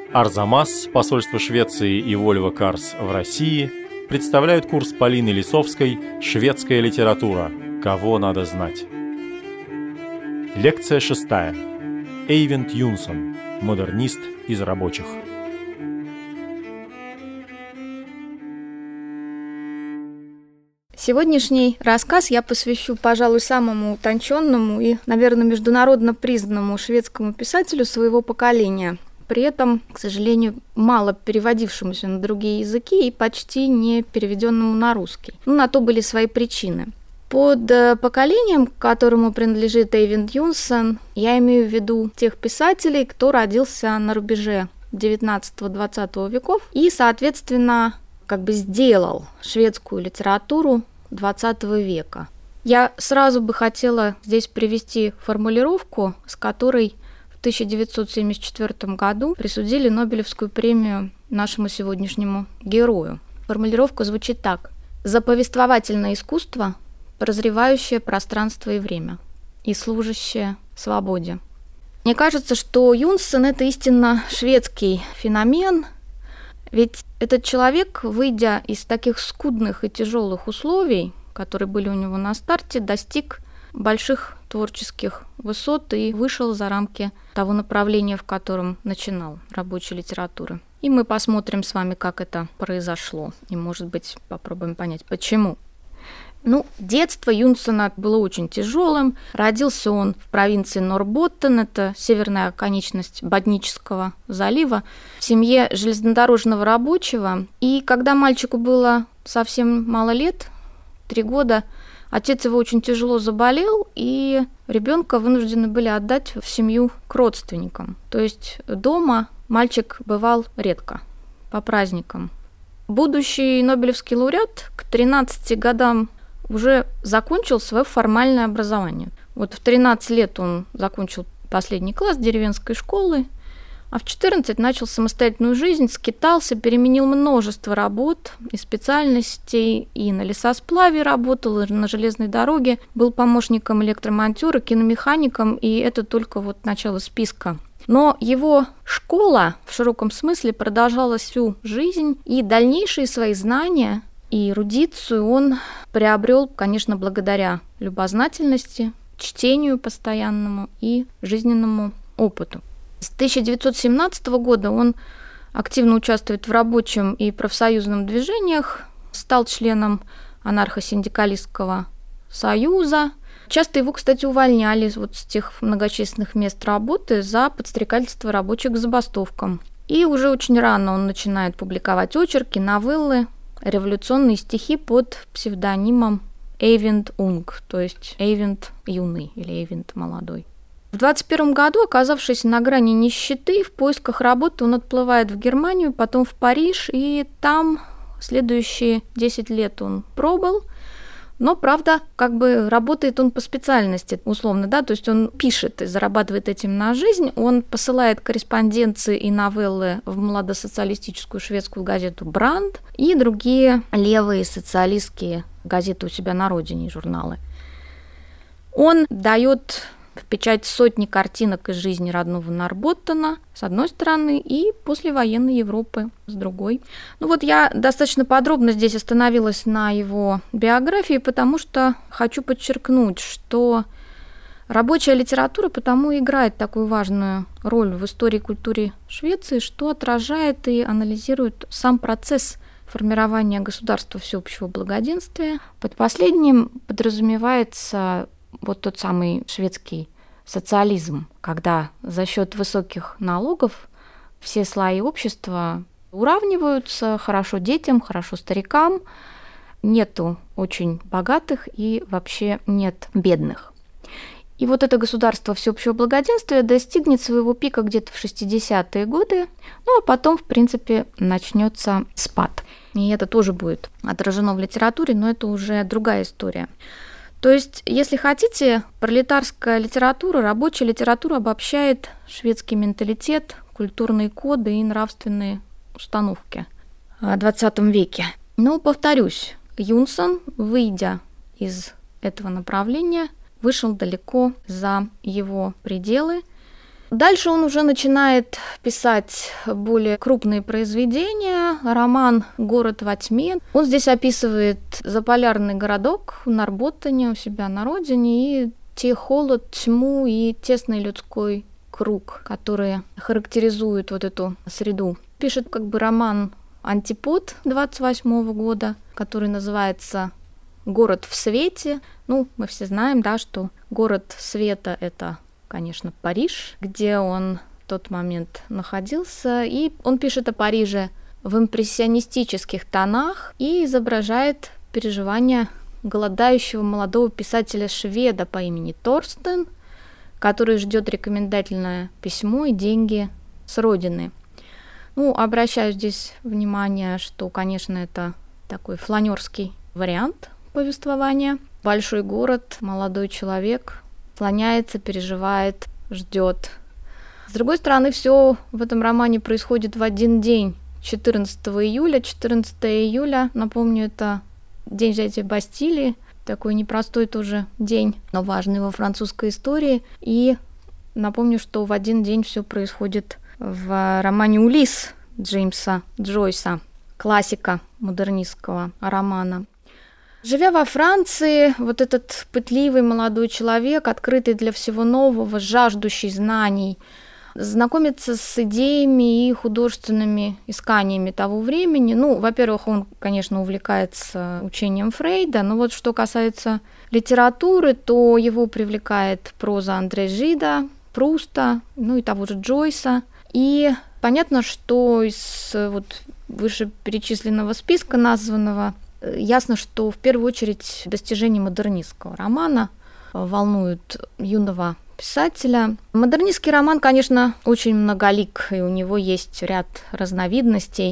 Арзамас, посольство Швеции и Volvo Cars в России представляют курс Полины Лисовской «Шведская литература. Кого надо знать?». Лекция 6. Эйвинд Юнсон. Модернист из рабочих. Сегодняшний рассказ я посвящу, пожалуй, самому утонченному и, наверное, международно признанному шведскому писателю своего поколения, при этом, к сожалению, мало переводившемуся на другие языки и почти не переведенному на русский. На то были свои причины. Под поколением, к которому принадлежит Эйвинд Юнсон, я имею в виду тех писателей, кто родился на рубеже XIX-XX веков и, соответственно, сделал шведскую литературу XX века. Я сразу бы хотела здесь привести формулировку, с которой в 1974 году присудили Нобелевскую премию нашему сегодняшнему герою. Формулировка звучит так: «За повествовательное искусство, прозревающее пространство и время и служащее свободе». Мне кажется, что Юнсон – это истинно шведский феномен, ведь этот человек, выйдя из таких скудных и тяжелых условий, которые были у него на старте, достиг больших творческих высот и вышел за рамки того направления, в котором начинал, рабочей литературы. И мы посмотрим с вами, как это произошло, и, может быть, попробуем понять, почему. Детство Юнсона было очень тяжелым. Родился он в провинции Норрботтен, это северная оконечность Боднического залива, в семье железнодорожного рабочего. И когда мальчику было совсем мало лет, 3 года, отец его очень тяжело заболел, и ребенка вынуждены были отдать в семью к родственникам. То есть дома мальчик бывал редко, по праздникам. Будущий нобелевский лауреат к 13 годам уже закончил свое формальное образование. В 13 лет он закончил последний класс деревенской школы, а в 14 начал самостоятельную жизнь, скитался, переменил множество работ и специальностей, и на лесосплаве работал, и на железной дороге, был помощником электромонтёра, киномехаником, и это только начало списка. Но его школа в широком смысле продолжалась всю жизнь, и дальнейшие свои знания и эрудицию он приобрел, конечно, благодаря любознательности, чтению постоянному и жизненному опыту. С 1917 года он активно участвует в рабочем и профсоюзном движениях, стал членом анархо-синдикалистского союза. Часто его, кстати, увольняли с тех многочисленных мест работы за подстрекательство рабочих к забастовкам. И уже очень рано он начинает публиковать очерки, новеллы, революционные стихи под псевдонимом Эйвинд Унг, то есть Эйвинд юный или Эйвинд молодой. В 21 году, оказавшись на грани нищеты, в поисках работы он отплывает в Германию, потом в Париж, и там следующие 10 лет он пробыл. Но, правда, работает он по специальности, условно, то есть он пишет и зарабатывает этим на жизнь, он посылает корреспонденции и новеллы в младосоциалистическую шведскую газету «Бранд» и другие левые социалистские газеты у себя на родине и журналы. Он дает в печать сотни картинок из жизни родного Норрботтена, с одной стороны, и послевоенной Европы, с другой. Я достаточно подробно здесь остановилась на его биографии, потому что хочу подчеркнуть, что рабочая литература потому и играет такую важную роль в истории и культуре Швеции, что отражает и анализирует сам процесс формирования государства всеобщего благоденствия. Под последним подразумевается тот самый шведский социализм, когда за счет высоких налогов все слои общества уравниваются, хорошо детям, хорошо старикам, нету очень богатых и вообще нет бедных. И это государство всеобщего благоденствия достигнет своего пика где-то в 60-е годы, а потом, в принципе, начнется спад. И это тоже будет отражено в литературе, но это уже другая история. То есть, если хотите, пролетарская литература, рабочая литература обобщает шведский менталитет, культурные коды и нравственные установки в XX веке. Повторюсь, Юнсон, выйдя из этого направления, вышел далеко за его пределы Дальше он уже начинает писать более крупные произведения. Роман «Город во тьме». Он здесь описывает заполярный городок в Нарботтоне у себя на родине и те холод, тьму и тесный людской круг, которые характеризуют вот эту среду. Пишет как бы роман «Антипод» 28 года, который называется «Город в свете». Ну, мы все знаем, да, что город света – это, конечно, Париж, где он в тот момент находился. И он пишет о Париже в импрессионистических тонах и изображает переживания голодающего молодого писателя-шведа по имени Торстен, который ждет рекомендательное письмо и деньги с родины. Ну, обращаю здесь внимание, что, конечно, это такой фланерский вариант повествования. Большой город, молодой человек слоняется, переживает, ждет. С другой стороны, все в этом романе происходит в один день, 14 июля. 14 июля, напомню, это день взятия Бастилии, такой непростой тоже день, но важный во французской истории. И напомню, что в один день все происходит в романе «Улисс» Джеймса Джойса, классика модернистского романа. Живя во Франции, вот этот пытливый молодой человек, открытый для всего нового, жаждущий знаний, знакомится с идеями и художественными исканиями того времени. Ну, во-первых, он, конечно, увлекается учением Фрейда, но вот что касается литературы, то его привлекает проза Андре Жида, Пруста, ну и того же Джойса. И понятно, что из вот вышеперечисленного списка названного ясно, что в первую очередь достижения модернистского романа волнуют юного писателя. Модернистский роман, конечно, очень многолик, и у него есть ряд разновидностей.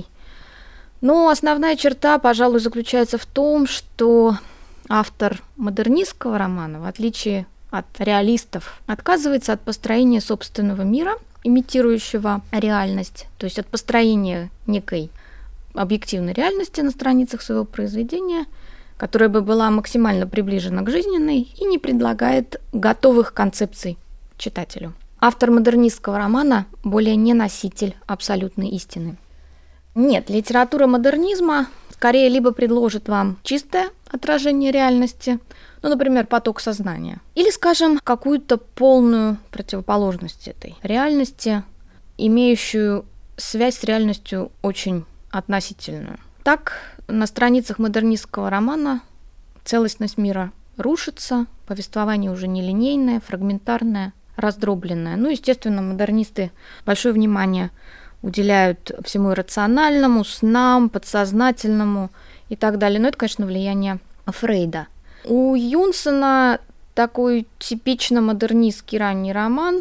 Но основная черта, пожалуй, заключается в том, что автор модернистского романа, в отличие от реалистов, отказывается от построения собственного мира, имитирующего реальность, то есть от построения некой объективной реальности на страницах своего произведения, которая бы была максимально приближена к жизненной и не предлагает готовых концепций читателю. Автор модернистского романа более не носитель абсолютной истины. Нет, литература модернизма скорее либо предложит вам чистое отражение реальности, ну, например, поток сознания, или, скажем, какую-то полную противоположность этой реальности, имеющую связь с реальностью очень относительную. Так, на страницах модернистского романа целостность мира рушится, повествование уже нелинейное, фрагментарное, раздробленное. Ну, естественно, модернисты большое внимание уделяют всему иррациональному, снам, подсознательному и так далее. Но это, конечно, влияние Фрейда. У Юнсена такой типично модернистский ранний роман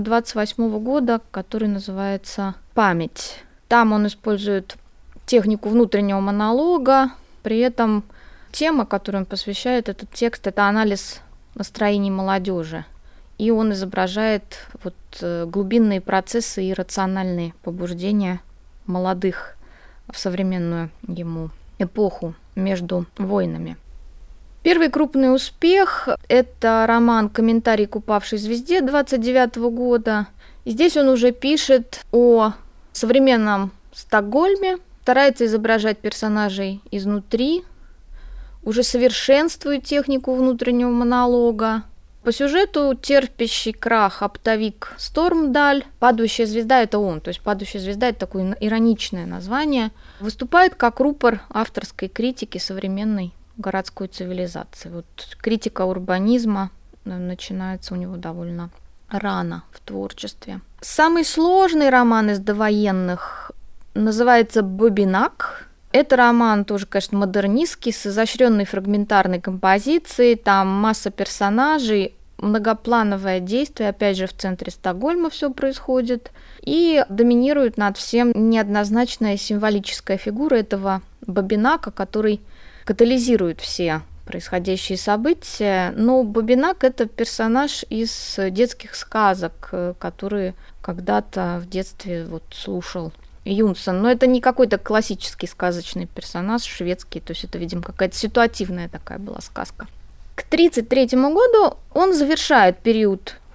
28 года, который называется «Память». Там он использует технику внутреннего монолога, при этом тема, которую он посвящает этот текст, это анализ настроений молодежи. И он изображает вот глубинные процессы и рациональные побуждения молодых в современную ему эпоху между войнами. Первый крупный успех – это роман «Комментарий к упавшей звезде» 29 года. И здесь он уже пишет о современном Стокгольме, старается изображать персонажей изнутри, уже совершенствует технику внутреннего монолога. По сюжету терпящий крах оптовик Стормдаль, «Падающая звезда» – это он, то есть «Падающая звезда» – это такое ироничное название, выступает как рупор авторской критики современной городской цивилизации. Вот критика урбанизма начинается у него довольно рано в творчестве. Самый сложный роман из довоенных называется «Бобинак». Это роман тоже, конечно, модернистский, с изощренной фрагментарной композицией. Там масса персонажей, многоплановое действие, опять же, в центре Стокгольма все происходит. И доминирует над всем неоднозначная символическая фигура этого Бобинака, который катализирует все происходящие события. Но Бобинак – это персонаж из детских сказок, которые когда-то в детстве вот слушал Юнсен. Но это не какой-то классический сказочный персонаж, шведский, то есть это, видимо, какая-то ситуативная такая была сказка. К 1933 году он завершает период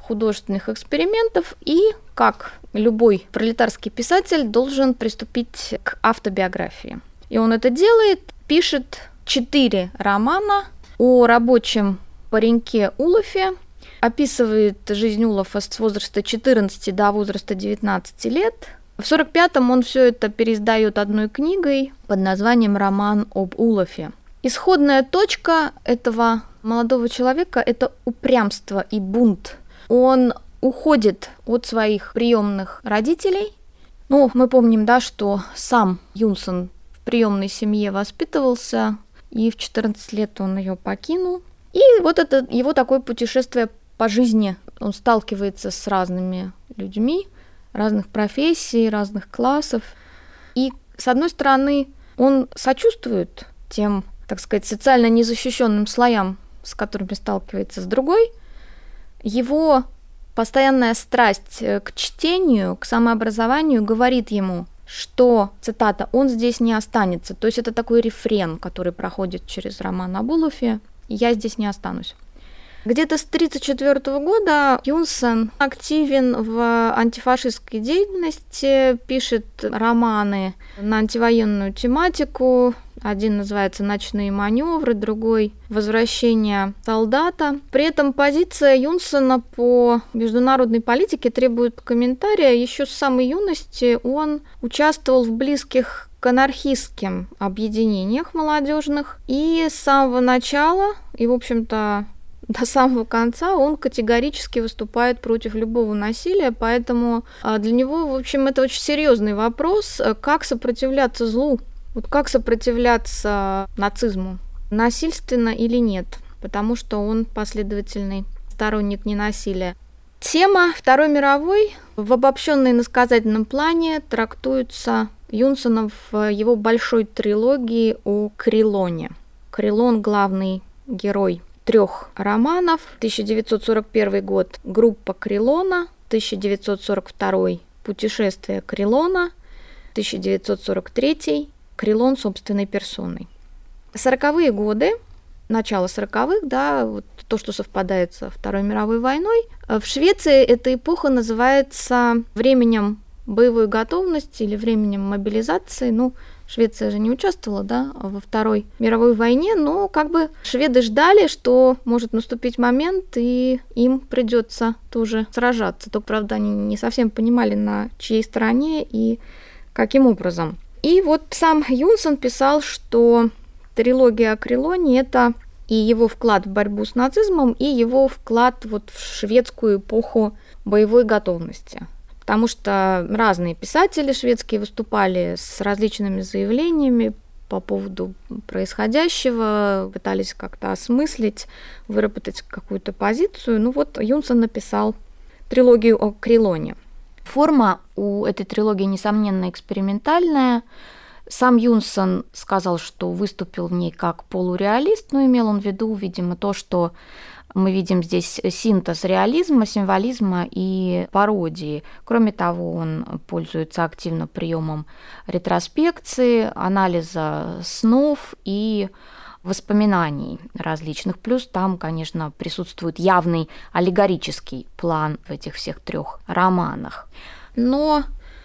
художественных экспериментов и, как любой пролетарский писатель, должен приступить к автобиографии. И он это делает, пишет 4 романа о рабочем пареньке Улафе, описывает жизнь Улафа с возраста 14 до возраста 19 лет. В 1945-м он все это переиздает одной книгой под названием «Роман об Улафе». Исходная точка этого молодого человека – это упрямство и бунт. Он уходит от своих приемных родителей. Мы помним, да, что сам Юнсон в приемной семье воспитывался, и в 14 лет он ее покинул. И вот это его такое путешествие по жизни. Он сталкивается с разными людьми, разных профессий, разных классов. И, с одной стороны, он сочувствует тем, так сказать, социально незащищенным слоям, с которыми сталкивается, с другой. Его постоянная страсть к чтению, к самообразованию говорит ему, что, цитата, «он здесь не останется». То есть это такой рефрен, который проходит через роман об Улафе. «Я здесь не останусь». Где-то с 1934 года Юнсон активен в антифашистской деятельности, пишет романы на антивоенную тематику. Один называется «Ночные маневры», другой «Возвращение солдата». При этом позиция Юнсона по международной политике требует комментария. Еще с самой юности он участвовал в близких к анархистским объединениях молодежных. И с самого начала, и, в общем-то, до самого конца он категорически выступает против любого насилия, поэтому для него, в общем, это очень серьезный вопрос, как сопротивляться злу, вот как сопротивляться нацизму, насильственно или нет, потому что он последовательный сторонник ненасилия. Тема Второй мировой в обобщенной иносказательном плане трактуется Юнсоном в его большой трилогии о Крилоне. Крилон – главный герой 3 романов. 1941 год «Группа Крилона», 1942 «Путешествие Крилона», 1943 «Крилон собственной персоной». 40-е годы, начало 40-х, да, вот то, что совпадает со Второй мировой войной, в Швеции эта эпоха называется временем боевой готовности или временем мобилизации. Швеция же не участвовала, да, во Второй мировой войне, но как бы шведы ждали, что может наступить момент, и им придется тоже сражаться. Только, правда, они не совсем понимали, на чьей стороне и каким образом. И вот сам Юнсон писал, что трилогия о Крилоне – это и его вклад в борьбу с нацизмом, и его вклад вот в шведскую эпоху боевой готовности. Потому что разные писатели шведские выступали с различными заявлениями по поводу происходящего, пытались как-то осмыслить, выработать какую-то позицию. Юнсон написал трилогию о Крилоне. Форма у этой трилогии, несомненно, экспериментальная. Сам Юнсон сказал, что выступил в ней как полуреалист, но имел он в виду, видимо, то, что мы видим здесь синтез реализма, символизма и пародии. Кроме того, он пользуется активно приемом ретроспекции, анализа снов и воспоминаний различных. Плюс там, конечно, присутствует явный аллегорический план в этих всех 3 романах. Но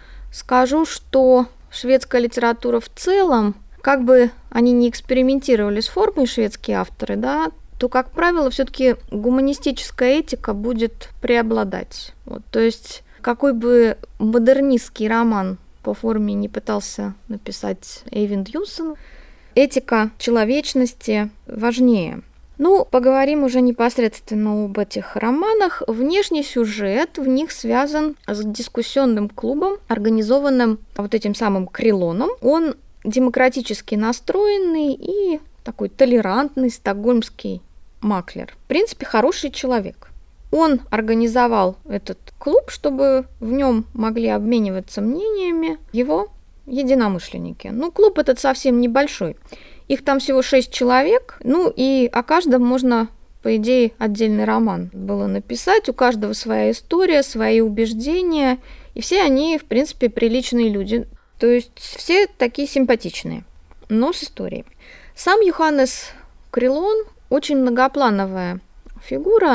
скажу, что шведская литература в целом, как бы они ни экспериментировали с формой шведские авторы, да, то, как правило, все-таки гуманистическая этика будет преобладать. То есть, какой бы модернистский роман по форме не пытался написать Эйвинд Юнсон, этика человечности важнее. Поговорим уже непосредственно об этих романах. Внешний сюжет в них связан с дискуссионным клубом, организованным вот этим самым Крилоном. Он демократически настроенный и такой толерантный стокгольмский маклер. В принципе, хороший человек. Он организовал этот клуб, чтобы в нем могли обмениваться мнениями его единомышленники. Клуб этот совсем небольшой. Их там всего 6 человек, и о каждом можно, по идее, отдельный роман было написать. У каждого своя история, свои убеждения, и все они, в принципе, приличные люди. То есть все такие симпатичные, но с историей. Сам Йоханнес Крилон очень многоплановая фигура.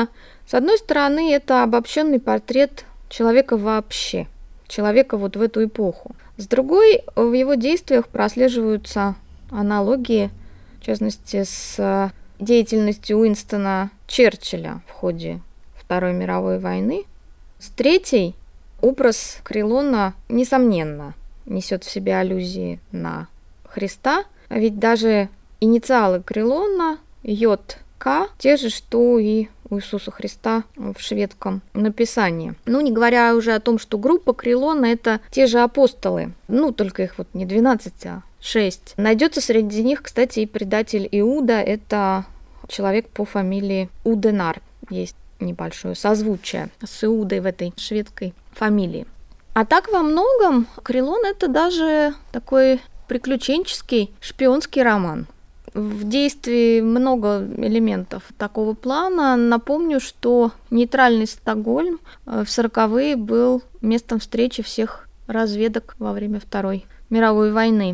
С одной стороны, это обобщенный портрет человека вообще, человека вот в эту эпоху. С другой, в его действиях прослеживаются аналогии, в частности, с деятельностью Уинстона Черчилля в ходе Второй мировой войны. С третьей, образ Крилона, несомненно, несет в себе аллюзии на Христа, ведь даже инициалы Крилона, J.К., те же, что и у Иисуса Христа в шведском написании. Не говоря уже о том, что группа Крилона – это те же апостолы, только их вот не 12, а 6. Найдется среди них, кстати, и предатель Иуда, это человек по фамилии Уденар. Есть небольшое созвучие с Иудой в этой шведской фамилии. А так во многом Крилон – это даже такой приключенческий шпионский роман. В действии много элементов такого плана. Напомню, что нейтральный Стокгольм в 40-е был местом встречи всех разведок во время Второй мировой войны.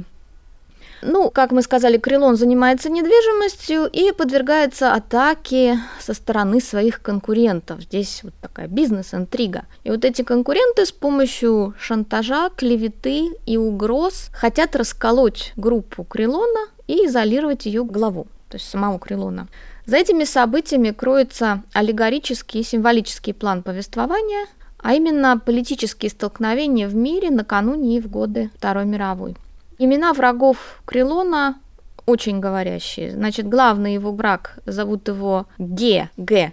Как мы сказали, Крилон занимается недвижимостью и подвергается атаке со стороны своих конкурентов. Здесь вот такая бизнес-интрига. И вот эти конкуренты с помощью шантажа, клеветы и угроз хотят расколоть группу Крилона и изолировать ее главу, то есть самого Крилона. За этими событиями кроется аллегорический и символический план повествования, а именно политические столкновения в мире накануне и в годы Второй мировой. Имена врагов Крилона очень говорящие. Значит, главный его враг, зовут его Г,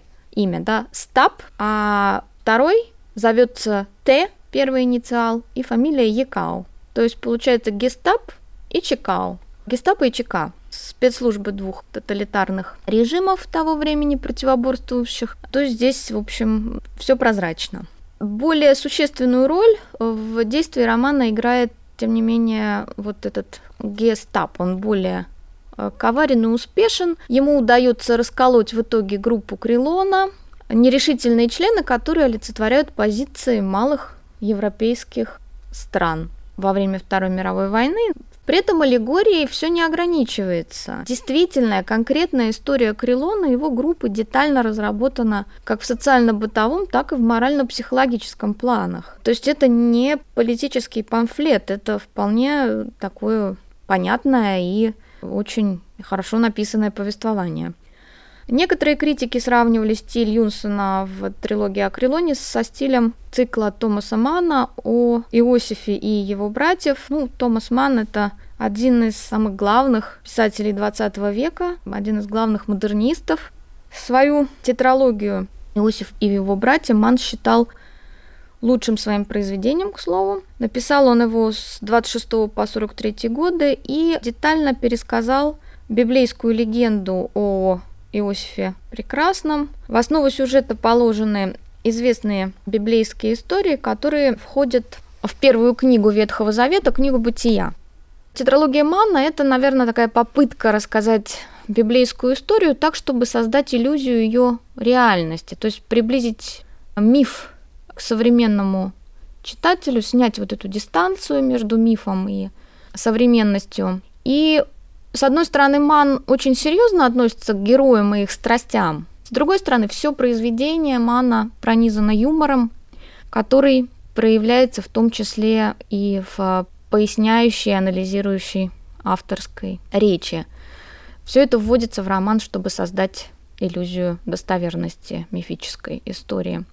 имя, Стап, а второй зовется Т, первый инициал, и фамилия Екау. То есть получается Гестап и Чекау. Гестапо и ЧК – спецслужбы двух тоталитарных режимов того времени противоборствующих. То есть здесь, в общем, все прозрачно. Более существенную роль в действии романа играет, тем не менее, вот этот Гестап. Он более коварен и успешен. Ему удается расколоть в итоге группу Крилона, нерешительные члены, которые олицетворяют позиции малых европейских стран во время Второй мировой войны. При этом аллегорией все не ограничивается. Действительная, конкретная история Крилона и его группы детально разработана как в социально-бытовом, так и в морально-психологическом планах. То есть это не политический памфлет, это вполне такое понятное и очень хорошо написанное повествование. Некоторые критики сравнивали стиль Юнсона в трилогии о Крилоне со стилем цикла Томаса Манна о Иосифе и его братьев. Томас Манн – это один из самых главных писателей XX века, один из главных модернистов. Свою тетралогию «Иосиф и его братья» Манн считал лучшим своим произведением, к слову. Написал он его с 26 по 43 годы и детально пересказал библейскую легенду о Иосифе Прекрасном. В основу сюжета положены известные библейские истории, которые входят в первую книгу Ветхого Завета, книгу Бытия. Тетралогия Манна – это, наверное, такая попытка рассказать библейскую историю так, чтобы создать иллюзию ее реальности, то есть приблизить миф к современному читателю, снять вот эту дистанцию между мифом и современностью. И с одной стороны, Манн очень серьезно относится к героям и их страстям. С другой стороны, все произведение Манна пронизано юмором, который проявляется в том числе и в поясняющей, анализирующей авторской речи. Все это вводится в роман, чтобы создать иллюзию достоверности мифической истории.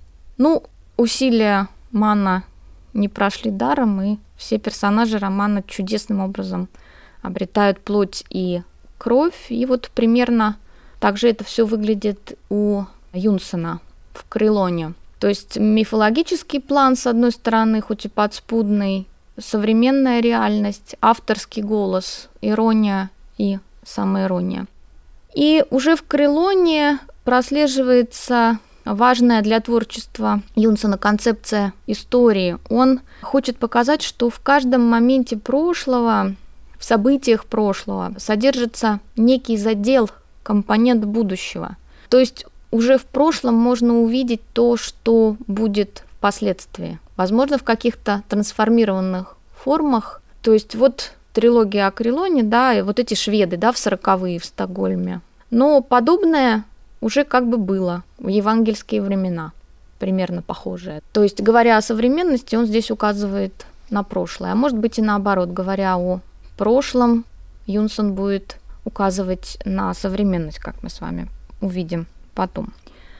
Усилия Манна не прошли даром, и все персонажи романа чудесным образом обретают плоть и кровь. И вот примерно так же это все выглядит у Юнсона в Крилоне. То есть мифологический план, с одной стороны, хоть и подспудный, современная реальность, авторский голос, ирония и самоирония. И уже в Крилоне прослеживается важная для творчества Юнсона концепция истории. Он хочет показать, что в каждом моменте прошлого, в событиях прошлого содержится некий задел, компонент будущего. То есть уже в прошлом можно увидеть то, что будет впоследствии. Возможно, в каких-то трансформированных формах. То есть вот трилогия о Крилоне, и вот эти шведы, в 40-е в Стокгольме. Но подобное уже как бы было в евангельские времена, примерно похожее. То есть, говоря о современности, он здесь указывает на прошлое. А может быть и наоборот, говоря о прошлом, Юнсон будет указывать на современность, как мы с вами увидим потом.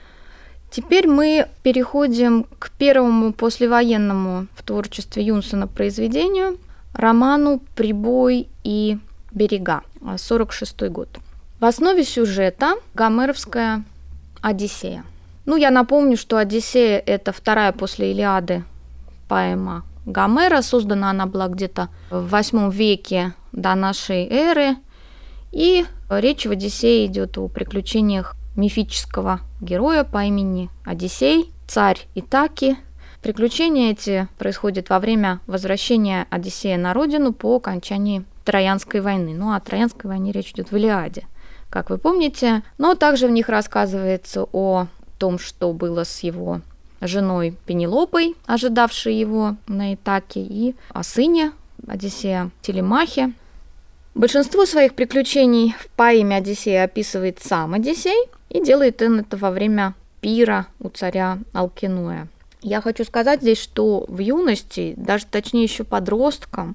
Теперь мы переходим к первому послевоенному в творчестве Юнсона произведению, роману «Прибой и берега», 1946 год. В основе сюжета гомеровская «Одиссея». Я напомню, что «Одиссея» – это вторая после «Илиады» поэма Гомера. Создана она была где-то в VIII веке до нашей эры. И речь в «Одиссее» идет о приключениях мифического героя по имени Одиссей, царь Итаки. Приключения эти происходят во время возвращения Одиссея на родину по окончании Троянской войны. О Троянской войне речь идет в «Илиаде», как вы помните. Но также в них рассказывается о том, что было с его женой Пенелопой, ожидавшей его на Итаке, и о сыне Одиссея Телемахе. Большинство своих приключений в поэме «Одиссея» описывает сам Одиссей, и делает он это во время пира у царя Алкинуя. Я хочу сказать здесь, что в юности, даже точнее еще подростком,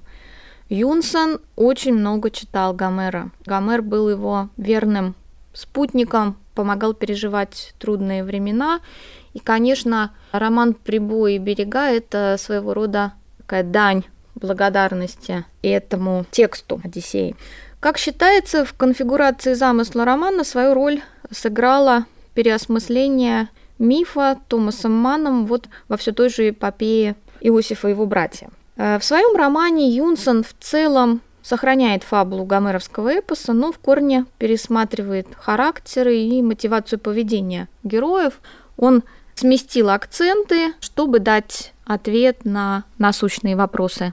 Юнсон очень много читал Гомера. Гомер был его верным спутником, помогал переживать трудные времена. И, конечно, роман «Прибой и берега» – это своего рода такая дань благодарности этому тексту Одиссеи. Как считается, в конфигурации замысла романа свою роль сыграло переосмысление мифа Томасом Манном во все той же эпопее Иосифа и его братья. В своем романе Юнсон в целом сохраняет фабулу гомеровского эпоса, но в корне пересматривает характеры и мотивацию поведения героев. Он сместил акценты, чтобы дать ответ на насущные вопросы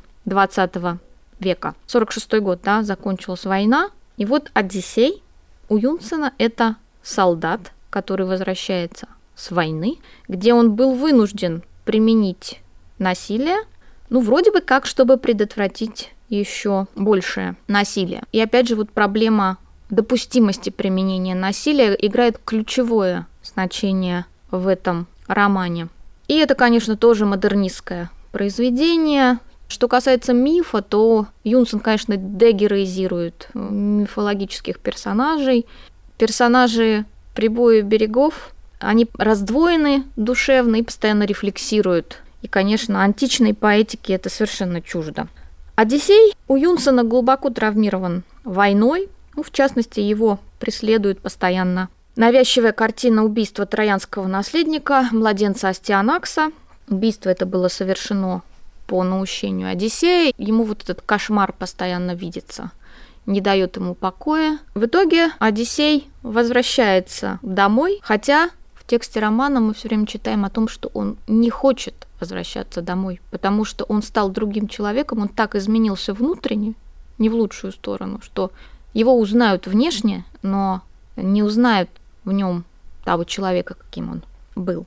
XX века. 1946 год, закончилась война, и Одиссей у Юнсона – это солдат, который возвращается с войны, где он был вынужден применить насилие, вроде бы как, чтобы предотвратить еще большее насилие. И опять же, проблема допустимости применения насилия играет ключевое значение в этом романе. И это, конечно, тоже модернистское произведение. Что касается мифа, то Юнсон, конечно, дегероизирует мифологических персонажей. Персонажи «Прибоя и берегов», они раздвоены душевно и постоянно рефлексируют. И, конечно, античной поэтике это совершенно чуждо. Одиссей у Юнсона глубоко травмирован войной. В частности, его преследует постоянно навязчивая картина убийства троянского наследника, младенца Астианакса. Убийство это было совершено по наущению Одиссея. Ему этот кошмар постоянно видится, не дает ему покоя. В итоге Одиссей возвращается домой, хотя в тексте романа мы все время читаем о том, что он не хочет возвращаться домой, потому что он стал другим человеком, он так изменился внутренне, не в лучшую сторону, что его узнают внешне, но не узнают в нем того человека, каким он был.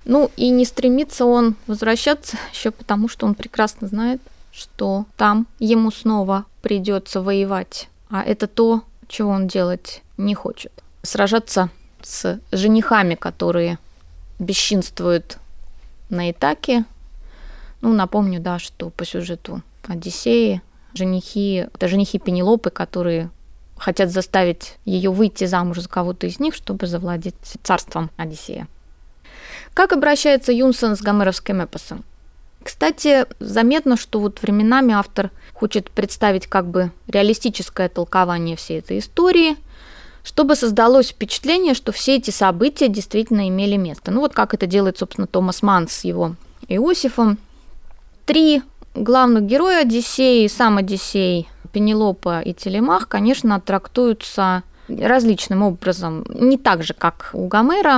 И не стремится он возвращаться еще потому, что он прекрасно знает, что там ему снова придется воевать. А это то, чего он делать не хочет. Сражаться с женихами, которые бесчинствуют на Итаке. Напомню, что по сюжету Одиссеи это женихи Пенелопы, которые хотят заставить ее выйти замуж за кого-то из них, чтобы завладеть царством Одиссея. Как обращается Юнсон с гомеровским эпосом? Кстати, заметно, что временами автор хочет представить как бы реалистическое толкование всей этой истории, чтобы создалось впечатление, что все эти события действительно имели место. Как это делает, собственно, Томас Манн с его Иосифом. 3 главных героя Одиссеи, сам Одиссей, Пенелопа и Телемах, конечно, трактуются различным образом, не так же, как у Гомера.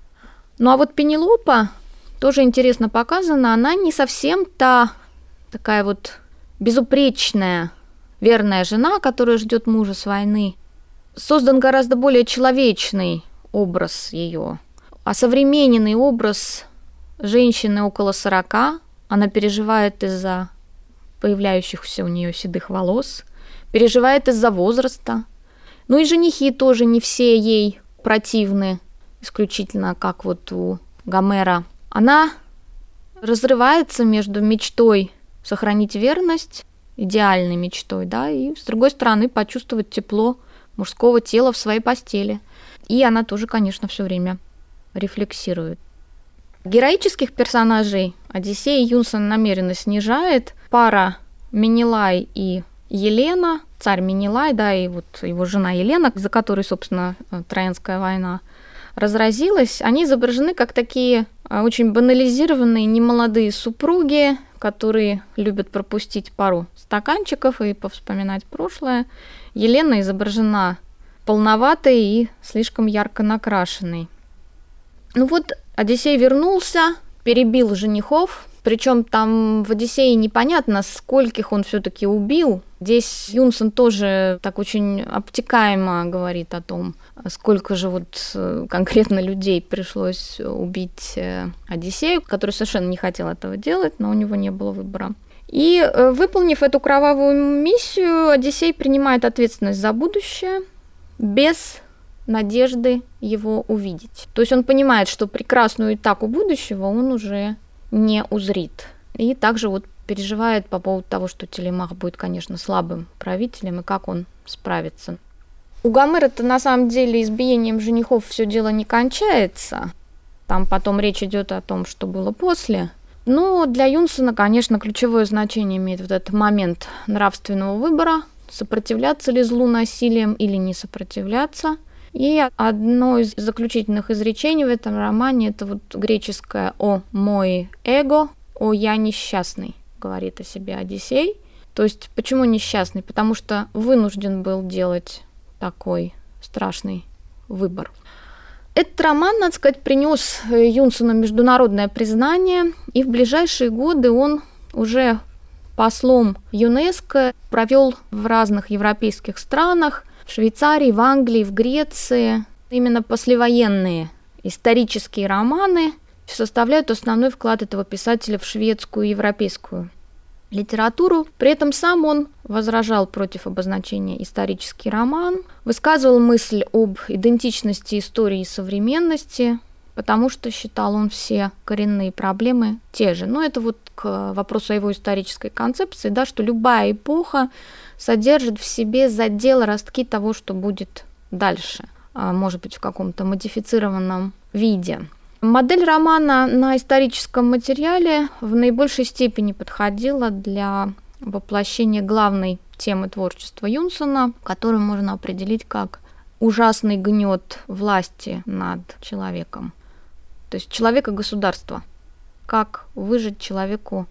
Пенелопа тоже интересно показана, она не совсем та такая безупречная, верная жена, которая ждет мужа с войны. Создан гораздо более человечный образ ее, осовремененный образ женщины около 40. Она переживает из-за появляющихся у нее седых волос, переживает из-за возраста. И женихи тоже не все ей противны. исключительно как вот у Гомера, она разрывается между мечтой сохранить верность, идеальной мечтой, да, и, с другой стороны, почувствовать тепло мужского тела в своей постели. И она тоже, конечно, все время рефлексирует. Героических персонажей Одиссей Юнсон намеренно снижает. Пара Менелай и Елена, царь Менелай, да, и вот его жена Елена, за которой, собственно, Троянская война разразилась, они изображены как такие очень банализированные немолодые супруги, которые любят пропустить пару стаканчиков и повспоминать прошлое. Елена изображена полноватой и слишком ярко накрашенной. Ну вот, Одиссей вернулся, перебил женихов, причем там в «Одиссее» непонятно, скольких он все-таки убил. Здесь Юнсон тоже так очень обтекаемо говорит о том, сколько же вот конкретно людей пришлось убить Одиссею, который совершенно не хотел этого делать, но у него не было выбора. И, выполнив эту кровавую миссию, Одиссей принимает ответственность за будущее без надежды его увидеть. То есть он понимает, что прекрасную этапу будущего он уже не узрит. И также вот переживает по поводу того, что Телемах будет, конечно, слабым правителем, и как он справится. У Гомера-то на самом деле избиением женихов все дело не кончается. Там потом речь идет о том, что было после. Но для Юнсона, конечно, ключевое значение имеет вот этот момент нравственного выбора, сопротивляться ли злу насилием или не сопротивляться. И одно из заключительных изречений в этом романе – это вот греческое «о мой эго», «о я несчастный», говорит о себе Одиссей. То есть почему несчастный? Потому что вынужден был делать такой страшный выбор. Этот роман, надо сказать, принес Юнсону международное признание, и в ближайшие годы он уже послом ЮНЕСКО провел в разных европейских странах, в Швейцарии, в Англии, в Греции. Именно послевоенные исторические романы составляют основной вклад этого писателя в шведскую и европейскую литературу. При этом сам он возражал против обозначения «исторический роман», высказывал мысль об идентичности истории и современности, потому что считал он все коренные проблемы те же. Но это вот к вопросу о его исторической концепции, да, что любая эпоха содержит в себе задел, ростки того, что будет дальше, может быть, в каком-то модифицированном виде. Модель романа на историческом материале в наибольшей степени подходила для воплощения главной темы творчества Юнсона, которую можно определить как ужасный гнет власти над человеком. То есть человека государства. Как выжить человеку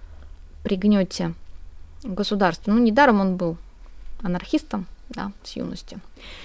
при гнете государства. Ну, недаром он был анархистом, да, с юности.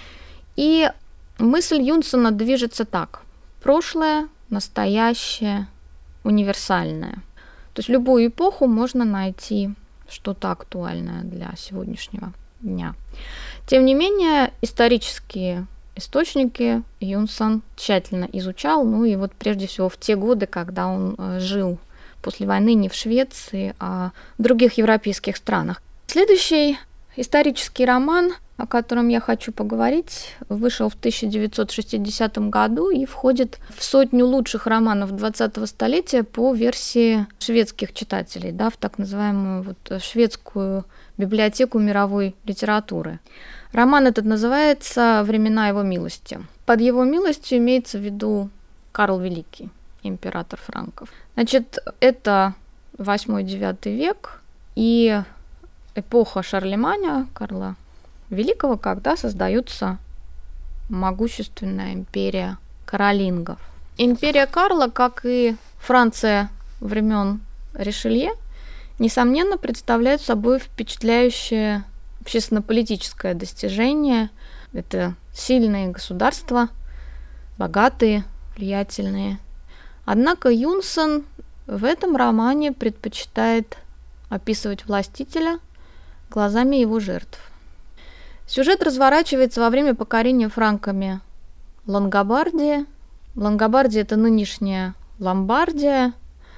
И мысль Юнсона движется так. Прошлое, настоящее, универсальное. То есть в любую эпоху можно найти что-то актуальное для сегодняшнего дня. Тем не менее, исторические источники Юнсон тщательно изучал, ну и вот прежде всего в те годы, когда он жил после войны не в Швеции, а в других европейских странах. Следующий исторический роман, о котором я хочу поговорить, вышел в 1960 году и входит в 100 лучших романов 20-го столетия по версии шведских читателей, да, в так называемую вот шведскую библиотеку мировой литературы. Роман этот называется «Времена его милости». Под его милостью имеется в виду Карл Великий, император франков. Значит, это 8-9 век и эпоха Шарлеманя, Карла Великого, когда создается могущественная империя каролингов. Империя Карла, как и Франция времен Ришелье, несомненно, представляет собой впечатляющее общественно-политическое достижение. Это сильные государства, богатые, влиятельные. Однако Юнсон в этом романе предпочитает описывать властителя глазами его жертв. Сюжет разворачивается во время покорения франками Лангобардии. Лангобардия – это нынешняя Ломбардия,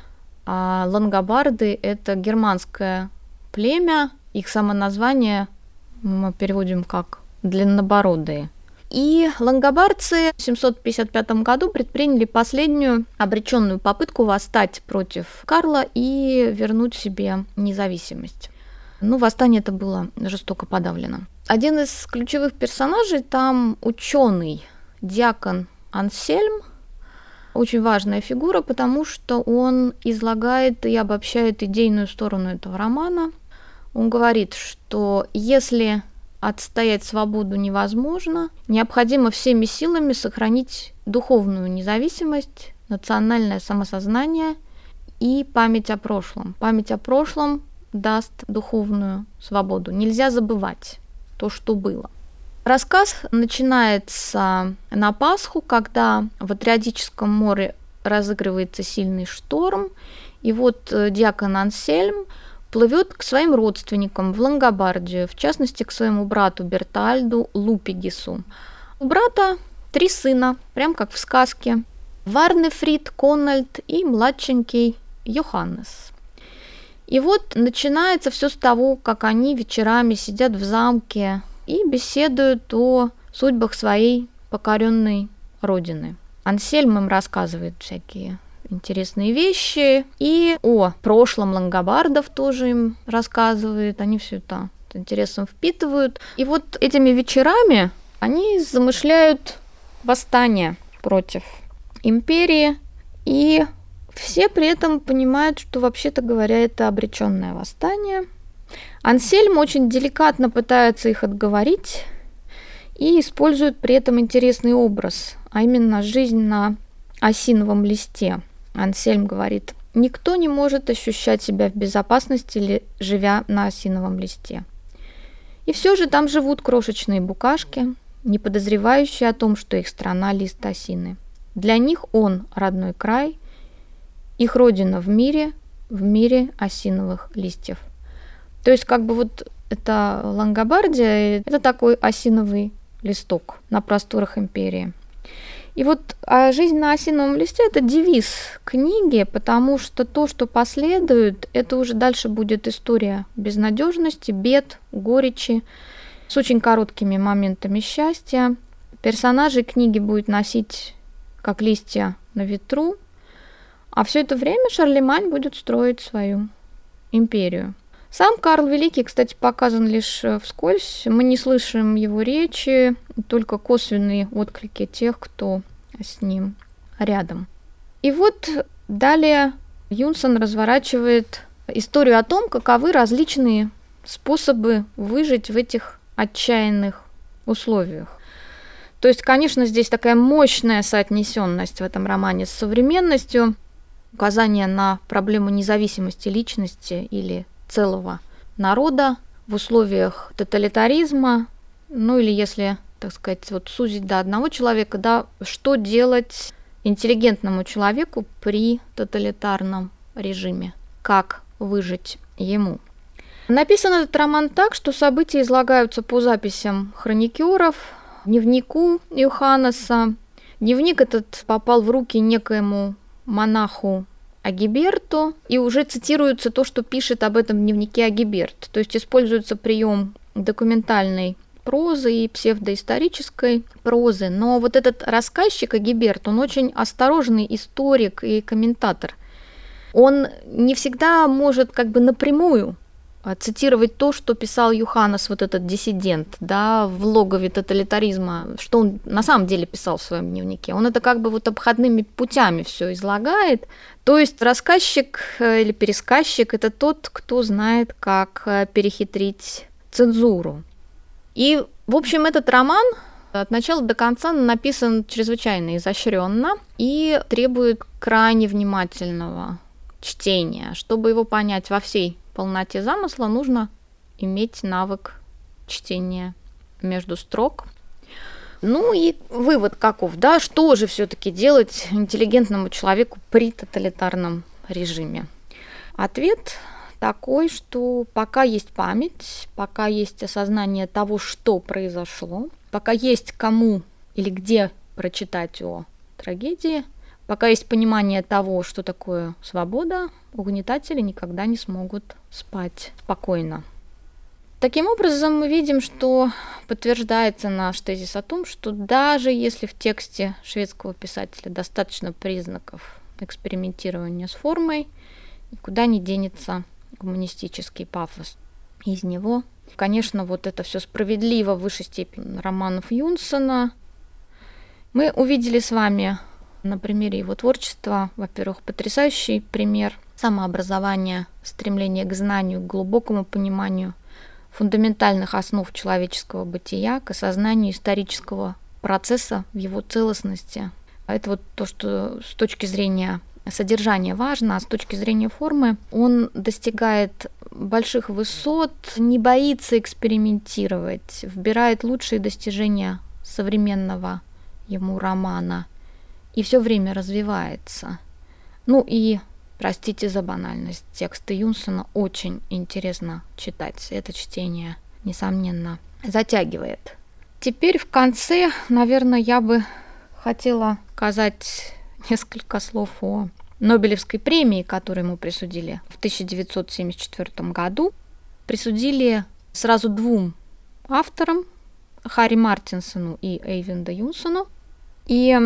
а лангобарды – это германское племя. Их самоназвание мы переводим как «длиннобородые». И лангобардцы в 755 году предприняли последнюю обреченную попытку восстать против Карла и вернуть себе независимость. Восстание это было жестоко подавлено. Один из ключевых персонажей там ученый, диакон Ансельм. Очень важная фигура, потому что он излагает и обобщает идейную сторону этого романа. Он говорит, что если отстоять свободу невозможно, необходимо всеми силами сохранить духовную независимость, национальное самосознание и память о прошлом. Память о прошлом даст духовную свободу. Нельзя забывать то, что было. Рассказ начинается на Пасху, когда в Адриатическом море разыгрывается сильный шторм, и вот диакон Ансельм плывет к своим родственникам в Лангобардию, в частности, к своему брату Бертальду Лупигису. У брата 3 сына, прям как в сказке. Варнефрид, Кональд и младшенький Йоханнес. И вот начинается все с того, как они вечерами сидят в замке и беседуют о судьбах своей покоренной родины. Ансельм им рассказывает всякие интересные вещи, и о прошлом лангобардов тоже им рассказывает, они все это с интересом впитывают. И вот этими вечерами они замышляют восстание против империи, и все при этом понимают, что, вообще-то говоря, это обреченное восстание. Ансельм очень деликатно пытается их отговорить и использует при этом интересный образ, а именно жизнь на осиновом листе. Ансельм говорит: никто не может ощущать себя в безопасности, живя на осиновом листе. И все же там живут крошечные букашки, не подозревающие о том, что их страна – лист осины. Для них он – родной край, их родина в мире осиновых листьев. То есть вот это Лангобардия, это такой осиновый листок на просторах империи. И вот жизнь на осиновом листе – это девиз книги, потому что то, что последует, это уже дальше будет история безнадежности, бед, горечи, с очень короткими моментами счастья. Персонажей книги будет носить как листья на ветру, а все это время Шарлемань будет строить свою империю. Сам Карл Великий, кстати, показан лишь вскользь. Мы не слышим его речи, только косвенные отклики тех, кто с ним рядом. И вот далее Юнсон разворачивает историю о том, каковы различные способы выжить в этих отчаянных условиях. То есть, конечно, здесь такая мощная соотнесенность в этом романе с современностью, указание на проблему независимости личности или целого народа в условиях тоталитаризма, или если, так сказать, сузить до одного человека, что делать интеллигентному человеку при тоталитарном режиме, как выжить ему. Написан этот роман так, что события излагаются по записям хроникеров, дневнику Йоханнеса. Дневник этот попал в руки некоему монаху Агиберту, и уже цитируется то, что пишет об этом дневнике Агиберт. То есть используется прием документальной прозы и псевдоисторической прозы. Но вот этот рассказчик Агиберт, он очень осторожный историк и комментатор. Он не всегда может напрямую цитировать то, что писал Йоханнес, этот диссидент, в логове тоталитаризма, что он на самом деле писал в своем дневнике. Он это обходными путями все излагает. То есть рассказчик или пересказчик – это тот, кто знает, как перехитрить цензуру. И, в общем, этот роман от начала до конца написан чрезвычайно изощренно и требует крайне внимательного чтения. Чтобы его понять во всей полноте замысла, нужно иметь навык чтения между строк. И вывод каков, что же все-таки делать интеллигентному человеку при тоталитарном режиме? Ответ такой, что пока есть память, пока есть осознание того, что произошло, пока есть кому или где прочитать о трагедии, пока есть понимание того, что такое свобода, угнетатели никогда не смогут спать спокойно. Таким образом, мы видим, что подтверждается наш тезис о том, что даже если в тексте шведского писателя достаточно признаков экспериментирования с формой, никуда не денется гуманистический пафос из него. Конечно, вот это все справедливо в высшей степени романов Юнсона. Мы увидели с вами на примере его творчества, во-первых, потрясающий пример самообразования, стремления к знанию, к глубокому пониманию фундаментальных основ человеческого бытия, к осознанию исторического процесса в его целостности. Это вот то, что с точки зрения содержания важно, а с точки зрения формы он достигает больших высот, не боится экспериментировать, вбирает лучшие достижения современного ему романа и все время развивается. Ну и простите за банальность, тексты Юнсона очень интересно читать. Это чтение, несомненно, затягивает. Теперь в конце, наверное, я бы хотела сказать несколько слов о Нобелевской премии, которую ему присудили в 1974 году. Присудили сразу двум авторам, Харри Мартинсону и Эйвинду Юнсону. И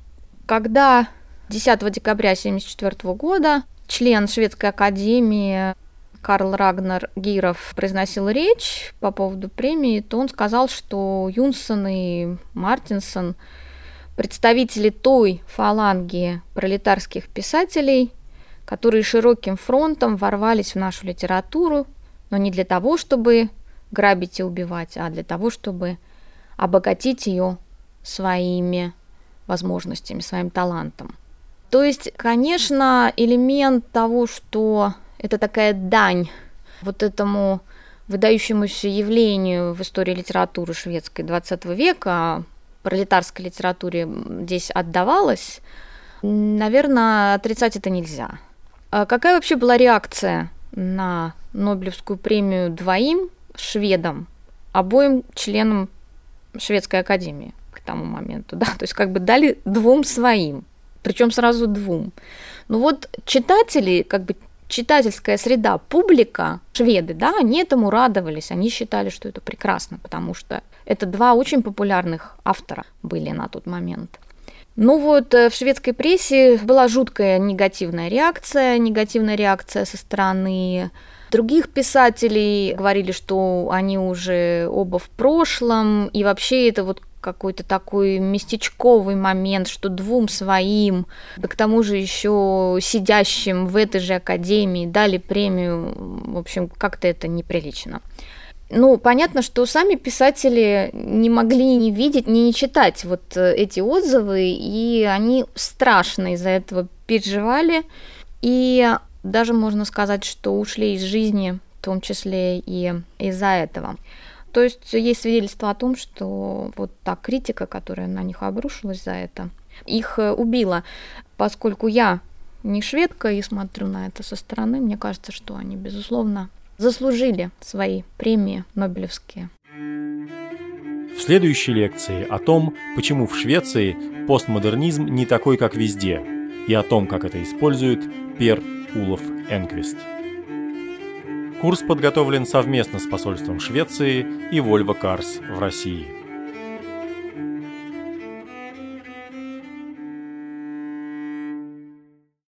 когда 10 декабря 1974 года член Шведской академии Карл Рагнар Гиров произносил речь по поводу премии, то он сказал, что Юнсон и Мартинсон – представители той фаланги пролетарских писателей, которые широким фронтом ворвались в нашу литературу, но не для того, чтобы грабить и убивать, а для того, чтобы обогатить ее своими возможностями, своим талантом. То есть, конечно, элемент того, что это такая дань вот этому выдающемуся явлению в истории литературы шведской XX века, пролетарской литературе здесь отдавалось, наверное, отрицать это нельзя. А какая вообще была реакция на Нобелевскую премию двоим шведам, обоим членам Шведской академии к тому моменту? Да? То есть как бы дали двум своим, причем сразу двум. Ну вот читатели, как бы читательская среда, публика, шведы, да, они этому радовались, они считали, что это прекрасно, потому что это два очень популярных автора были на тот момент. Ну вот в шведской прессе была жуткая негативная реакция со стороны других писателей. Говорили, что они уже оба в прошлом, и вообще это вот какой-то такой местечковый момент, что двум своим, да к тому же еще сидящим в этой же академии дали премию. В общем, как-то это неприлично. Ну, понятно, что сами писатели не могли не видеть, не читать вот эти отзывы, и они страшно из-за этого переживали, и даже можно сказать, что ушли из жизни, в том числе и из-за этого. То есть есть свидетельство о том, что вот та критика, которая на них обрушилась за это, их убила. Поскольку я не шведка и смотрю на это со стороны, мне кажется, что они, безусловно, заслужили свои премии нобелевские. В следующей лекции о том, почему в Швеции постмодернизм не такой, как везде, и о том, как это использует Пер Улов Энквист. Курс подготовлен совместно с посольством Швеции и Volvo Cars в России.